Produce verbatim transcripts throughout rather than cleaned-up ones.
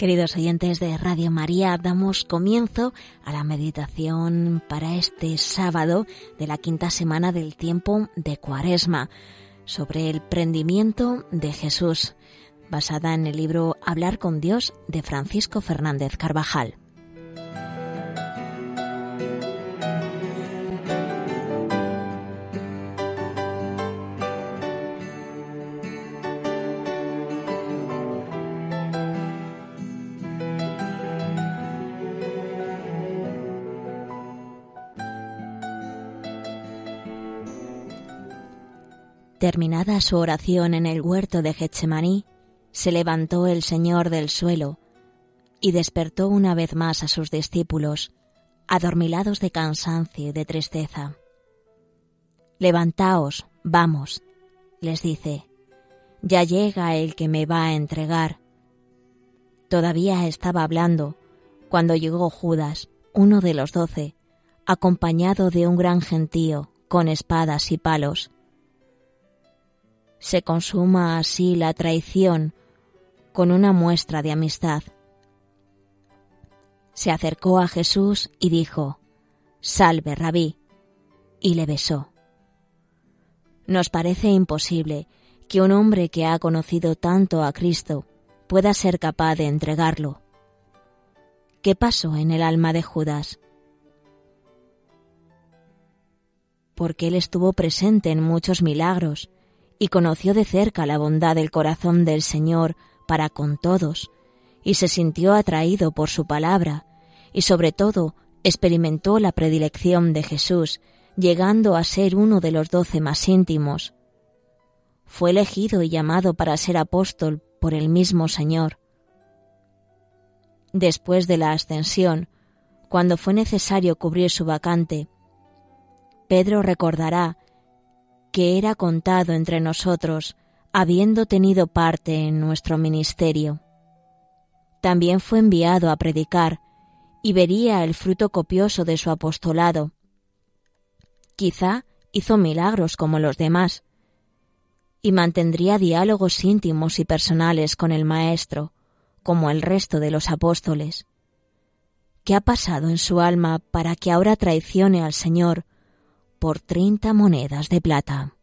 Queridos oyentes de Radio María, damos comienzo a la meditación para este sábado de la quinta semana del tiempo de Cuaresma sobre el prendimiento de Jesús, basada en el libro Hablar con Dios de Francisco Fernández Carvajal. Terminada su oración en el huerto de Getsemaní, se levantó el Señor del suelo y despertó una vez más a sus discípulos, adormilados de cansancio y de tristeza. «Levantaos, vamos», les dice, «ya llega el que me va a entregar». Todavía estaba hablando cuando llegó Judas, uno de los doce, acompañado de un gran gentío con espadas y palos. Se consuma así la traición con una muestra de amistad. Se acercó a Jesús y dijo, «Salve, Rabí», y le besó. Nos parece imposible que un hombre que ha conocido tanto a Cristo pueda ser capaz de entregarlo. ¿Qué pasó en el alma de Judas? Porque él estuvo presente en muchos milagros y conoció de cerca la bondad del corazón del Señor para con todos, y se sintió atraído por su palabra, y sobre todo experimentó la predilección de Jesús, llegando a ser uno de los doce más íntimos. Fue elegido y llamado para ser apóstol por el mismo Señor. Después de la ascensión, cuando fue necesario cubrir su vacante, Pedro recordará que era contado entre nosotros, habiendo tenido parte en nuestro ministerio. También fue enviado a predicar, y vería el fruto copioso de su apostolado. Quizá hizo milagros como los demás, y mantendría diálogos íntimos y personales con el Maestro, como el resto de los apóstoles. ¿Qué ha pasado en su alma para que ahora traicione al Señor por treinta monedas de plata?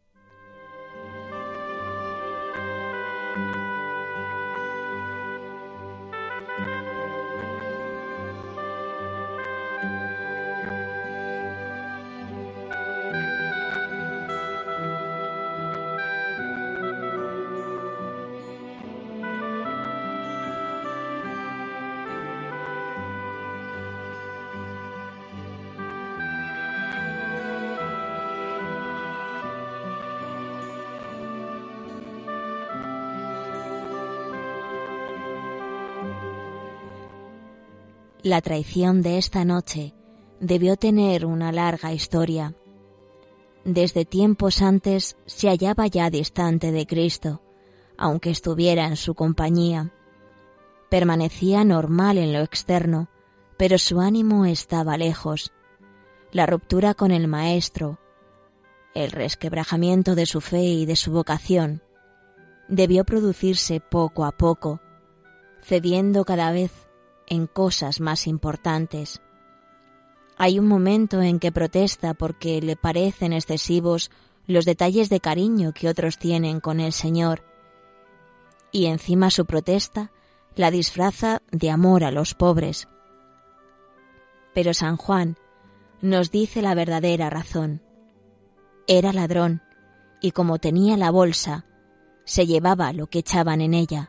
La traición de esta noche debió tener una larga historia. Desde tiempos antes se hallaba ya distante de Cristo, aunque estuviera en su compañía. Permanecía normal en lo externo, pero su ánimo estaba lejos. La ruptura con el Maestro, el resquebrajamiento de su fe y de su vocación, debió producirse poco a poco, cediendo cada vez en cosas más importantes. Hay un momento en que protesta porque le parecen excesivos los detalles de cariño que otros tienen con el Señor, y encima su protesta la disfraza de amor a los pobres. Pero San Juan nos dice la verdadera razón. Era ladrón, y como tenía la bolsa, se llevaba lo que echaban en ella.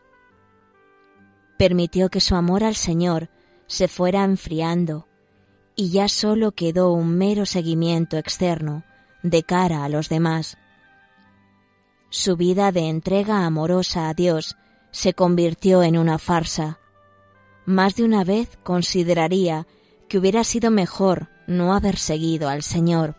Permitió que su amor al Señor se fuera enfriando y ya solo quedó un mero seguimiento externo de cara a los demás. Su vida de entrega amorosa a Dios se convirtió en una farsa. Más de una vez consideraría que hubiera sido mejor no haber seguido al Señor.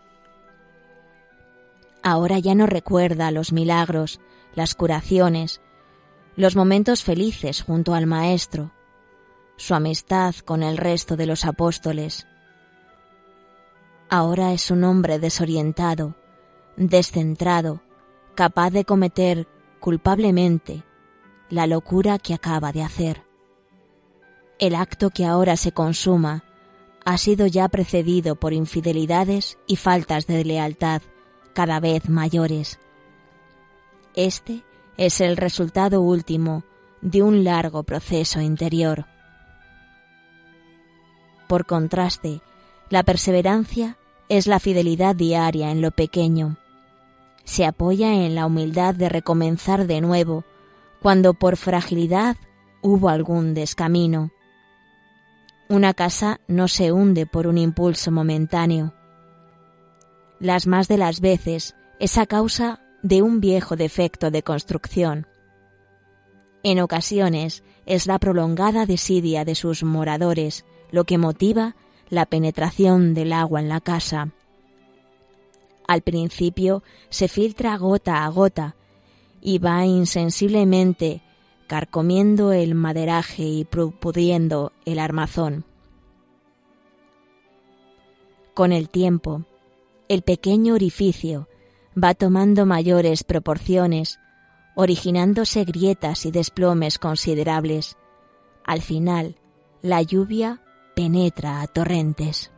Ahora ya no recuerda los milagros, las curaciones, los momentos felices junto al Maestro, su amistad con el resto de los apóstoles. Ahora es un hombre desorientado, descentrado, capaz de cometer culpablemente la locura que acaba de hacer. El acto que ahora se consuma ha sido ya precedido por infidelidades y faltas de lealtad cada vez mayores. Este es el resultado último de un largo proceso interior. Por contraste, la perseverancia es la fidelidad diaria en lo pequeño. Se apoya en la humildad de recomenzar de nuevo cuando por fragilidad hubo algún descamino. Una casa no se hunde por un impulso momentáneo. Las más de las veces es a causa de un viejo defecto de construcción. En ocasiones es la prolongada desidia de sus moradores lo que motiva la penetración del agua en la casa. Al principio se filtra gota a gota y va insensiblemente carcomiendo el maderaje y pudriendo el armazón. Con el tiempo, el pequeño orificio va tomando mayores proporciones, originándose grietas y desplomes considerables. Al final, la lluvia penetra a torrentes.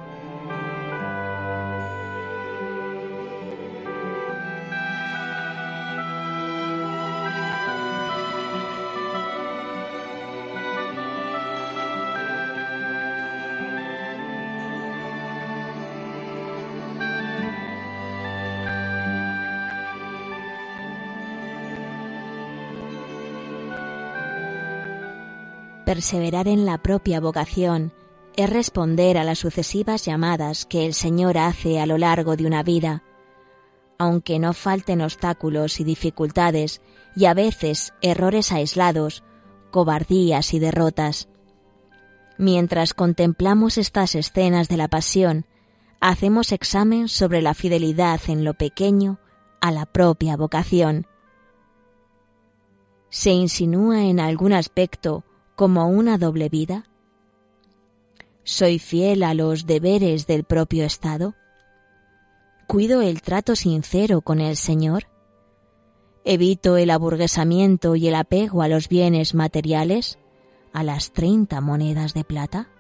Perseverar en la propia vocación es responder a las sucesivas llamadas que el Señor hace a lo largo de una vida, aunque no falten obstáculos y dificultades y a veces errores aislados, cobardías y derrotas. Mientras contemplamos estas escenas de la pasión, hacemos examen sobre la fidelidad en lo pequeño a la propia vocación. ¿Se insinúa en algún aspecto como una doble vida? ¿Soy fiel a los deberes del propio Estado? ¿Cuido el trato sincero con el Señor? ¿Evito el aburguesamiento y el apego a los bienes materiales, a las treinta monedas de plata?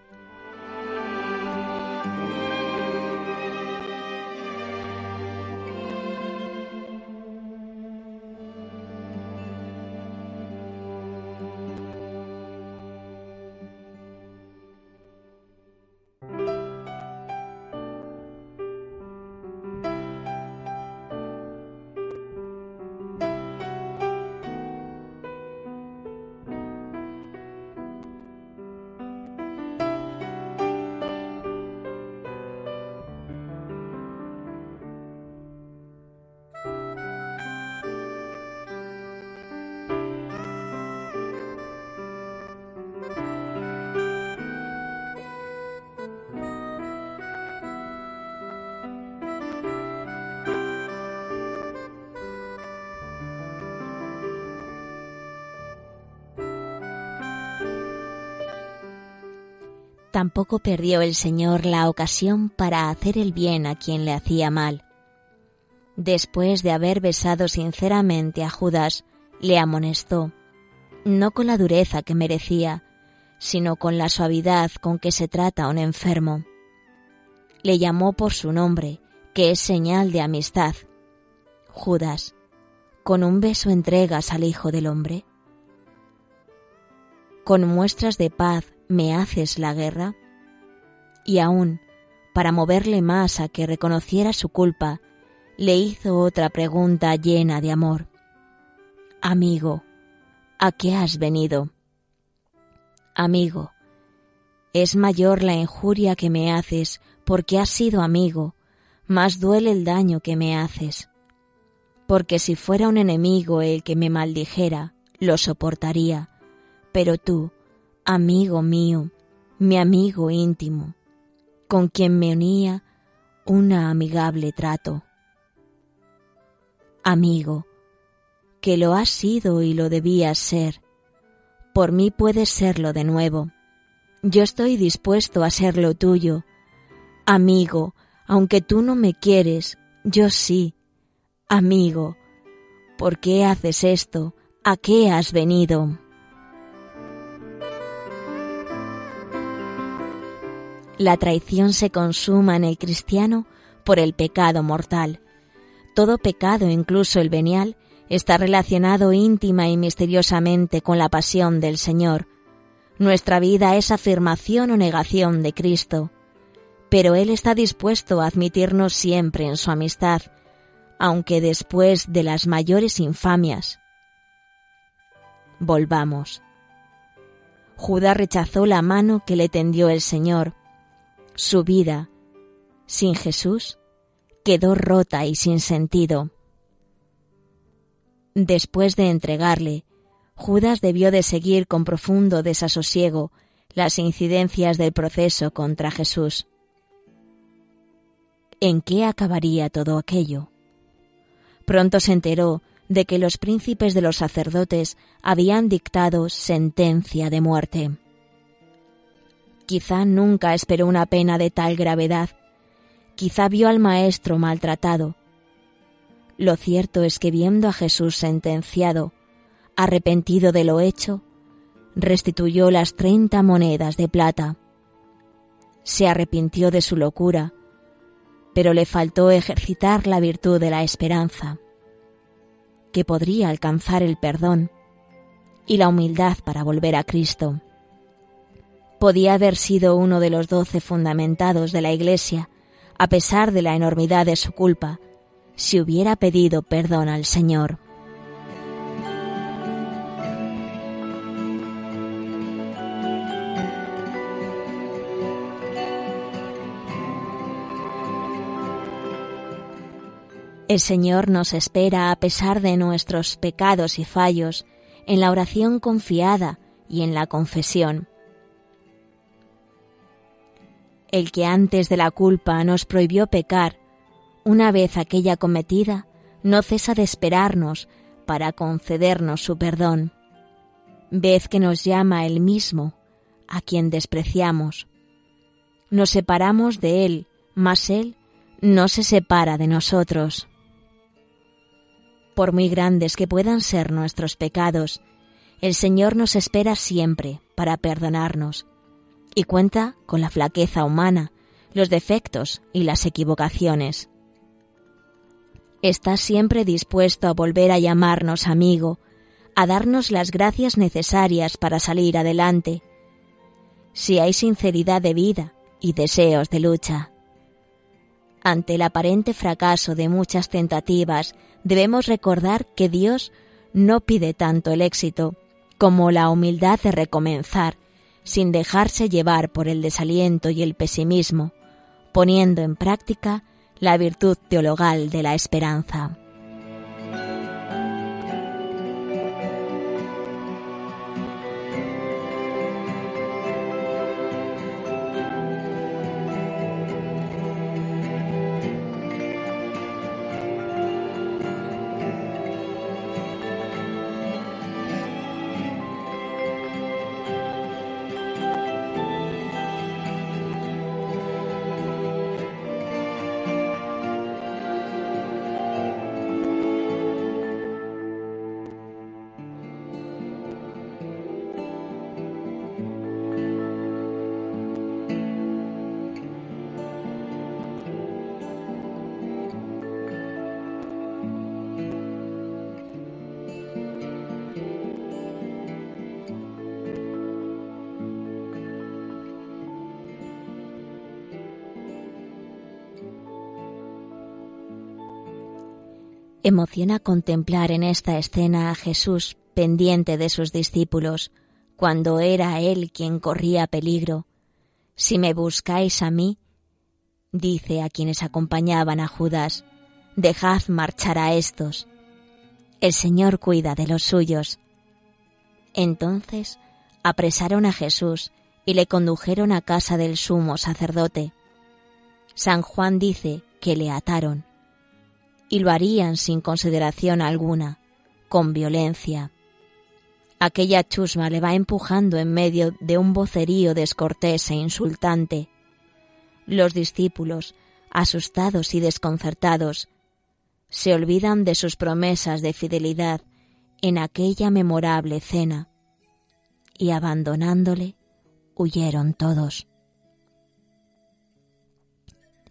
Tampoco perdió el Señor la ocasión para hacer el bien a quien le hacía mal. Después de haber besado sinceramente a Judas, le amonestó, no con la dureza que merecía, sino con la suavidad con que se trata a un enfermo. Le llamó por su nombre, que es señal de amistad. Judas, ¿con un beso entregas al Hijo del Hombre? ¿Con muestras de paz me haces la guerra? Y aún, para moverle más a que reconociera su culpa, le hizo otra pregunta llena de amor. Amigo, ¿a qué has venido? Amigo, es mayor la injuria que me haces porque has sido amigo, más duele el daño que me haces. Porque si fuera un enemigo el que me maldijera, lo soportaría, pero tú, amigo mío, mi amigo íntimo, con quien me unía un amigable trato. Amigo, que lo has sido y lo debías ser, por mí puedes serlo de nuevo. Yo estoy dispuesto a ser lo tuyo. Amigo, aunque tú no me quieres, yo sí. Amigo, ¿por qué haces esto? ¿A qué has venido? la traición se consuma en el cristiano por el pecado mortal. Todo pecado, incluso el venial, está relacionado íntima y misteriosamente con la pasión del Señor. Nuestra vida es afirmación o negación de Cristo, pero Él está dispuesto a admitirnos siempre en su amistad, aunque después de las mayores infamias. Volvamos. Judas rechazó la mano que le tendió el Señor. Su vida, sin Jesús, quedó rota y sin sentido. Después de entregarle, Judas debió de seguir con profundo desasosiego las incidencias del proceso contra Jesús. ¿En qué acabaría todo aquello? Pronto se enteró de que los príncipes de los sacerdotes habían dictado sentencia de muerte. Quizá nunca esperó una pena de tal gravedad, quizá vio al Maestro maltratado. Lo cierto es que viendo a Jesús sentenciado, arrepentido de lo hecho, restituyó las treinta monedas de plata. Se arrepintió de su locura, pero le faltó ejercitar la virtud de la esperanza, que podría alcanzar el perdón y la humildad para volver a Cristo. Podía haber sido uno de los doce fundamentados de la Iglesia, a pesar de la enormidad de su culpa, si hubiera pedido perdón al Señor. El Señor nos espera a pesar de nuestros pecados y fallos, en la oración confiada y en la confesión. El que antes de la culpa nos prohibió pecar, una vez aquella cometida, no cesa de esperarnos para concedernos su perdón. Ved que nos llama Él mismo, a quien despreciamos. Nos separamos de Él, mas Él no se separa de nosotros. Por muy grandes que puedan ser nuestros pecados, el Señor nos espera siempre para perdonarnos y cuenta con la flaqueza humana, los defectos y las equivocaciones. Está siempre dispuesto a volver a llamarnos amigo, a darnos las gracias necesarias para salir adelante, si hay sinceridad de vida y deseos de lucha. Ante el aparente fracaso de muchas tentativas, debemos recordar que Dios no pide tanto el éxito como la humildad de recomenzar, sin dejarse llevar por el desaliento y el pesimismo, poniendo en práctica la virtud teologal de la esperanza. Emociona contemplar en esta escena a Jesús pendiente de sus discípulos, cuando era Él quien corría peligro. Si me buscáis a mí, dice a quienes acompañaban a Judas, dejad marchar a estos. El Señor cuida de los suyos. Entonces apresaron a Jesús y le condujeron a casa del sumo sacerdote. San Juan dice que le ataron. Y lo harían sin consideración alguna, con violencia. Aquella chusma le va empujando en medio de un vocerío descortés e insultante. Los discípulos, asustados y desconcertados, se olvidan de sus promesas de fidelidad en aquella memorable cena, y abandonándole, huyeron todos.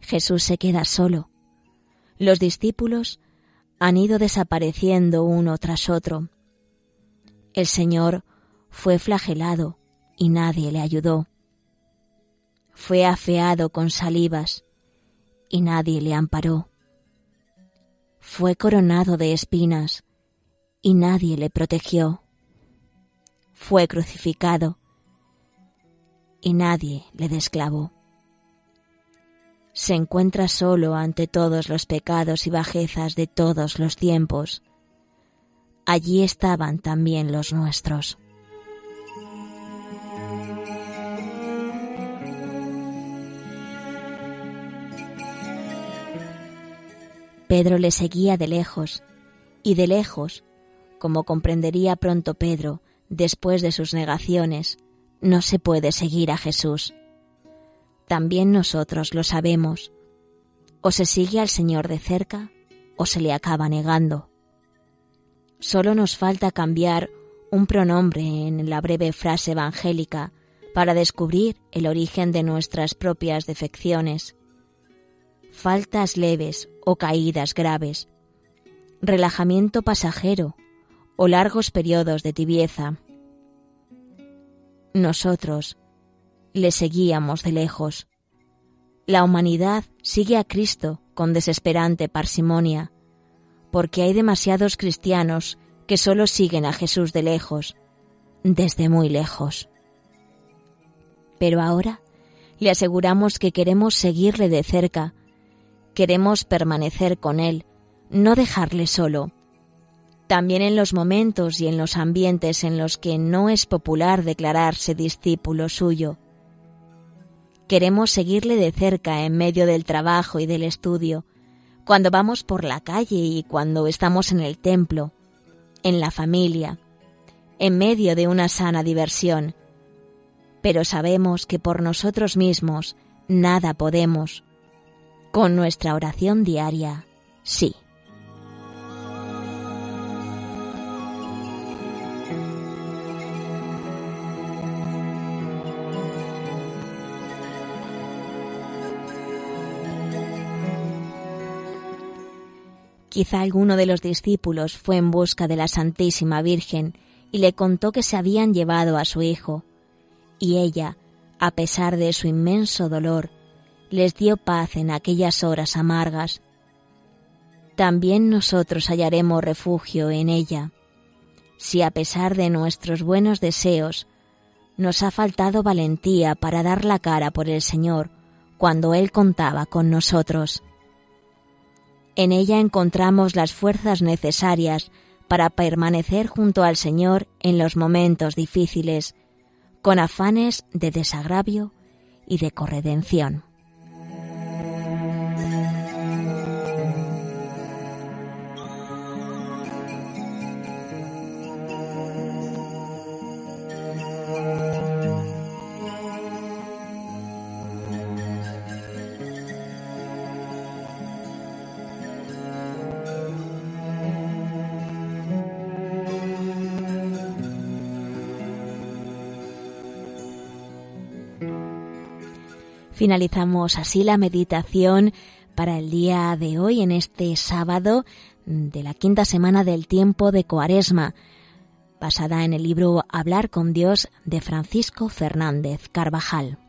Jesús se queda solo. Los discípulos han ido desapareciendo uno tras otro. El Señor fue flagelado y nadie le ayudó. Fue afeado con salivas y nadie le amparó. Fue coronado de espinas y nadie le protegió. Fue crucificado y nadie le desclavó. Se encuentra solo ante todos los pecados y bajezas de todos los tiempos. Allí estaban también los nuestros. Pedro le seguía de lejos, y de lejos, como comprendería pronto Pedro, después de sus negaciones, no se puede seguir a Jesús. También nosotros lo sabemos. O se sigue al Señor de cerca, o se le acaba negando. Solo nos falta cambiar un pronombre en la breve frase evangélica para descubrir el origen de nuestras propias defecciones. Faltas leves o caídas graves, relajamiento pasajero o largos periodos de tibieza. Nosotros le seguíamos de lejos. La humanidad sigue a Cristo con desesperante parsimonia, porque hay demasiados cristianos que solo siguen a Jesús de lejos, desde muy lejos. Pero ahora le aseguramos que queremos seguirle de cerca, queremos permanecer con él, no dejarle solo. También en los momentos y en los ambientes en los que no es popular declararse discípulo suyo. Queremos seguirle de cerca en medio del trabajo y del estudio, cuando vamos por la calle y cuando estamos en el templo, en la familia, en medio de una sana diversión. Pero sabemos que por nosotros mismos nada podemos. Con nuestra oración diaria, sí. Quizá alguno de los discípulos fue en busca de la Santísima Virgen y le contó que se habían llevado a su hijo, y ella, a pesar de su inmenso dolor, les dio paz en aquellas horas amargas. También nosotros hallaremos refugio en ella, si a pesar de nuestros buenos deseos, nos ha faltado valentía para dar la cara por el Señor cuando Él contaba con nosotros. En ella encontramos las fuerzas necesarias para permanecer junto al Señor en los momentos difíciles, con afanes de desagravio y de corredención. Finalizamos así la meditación para el día de hoy, en este sábado de la quinta semana del tiempo de Cuaresma, basada en el libro Hablar con Dios de Francisco Fernández Carvajal.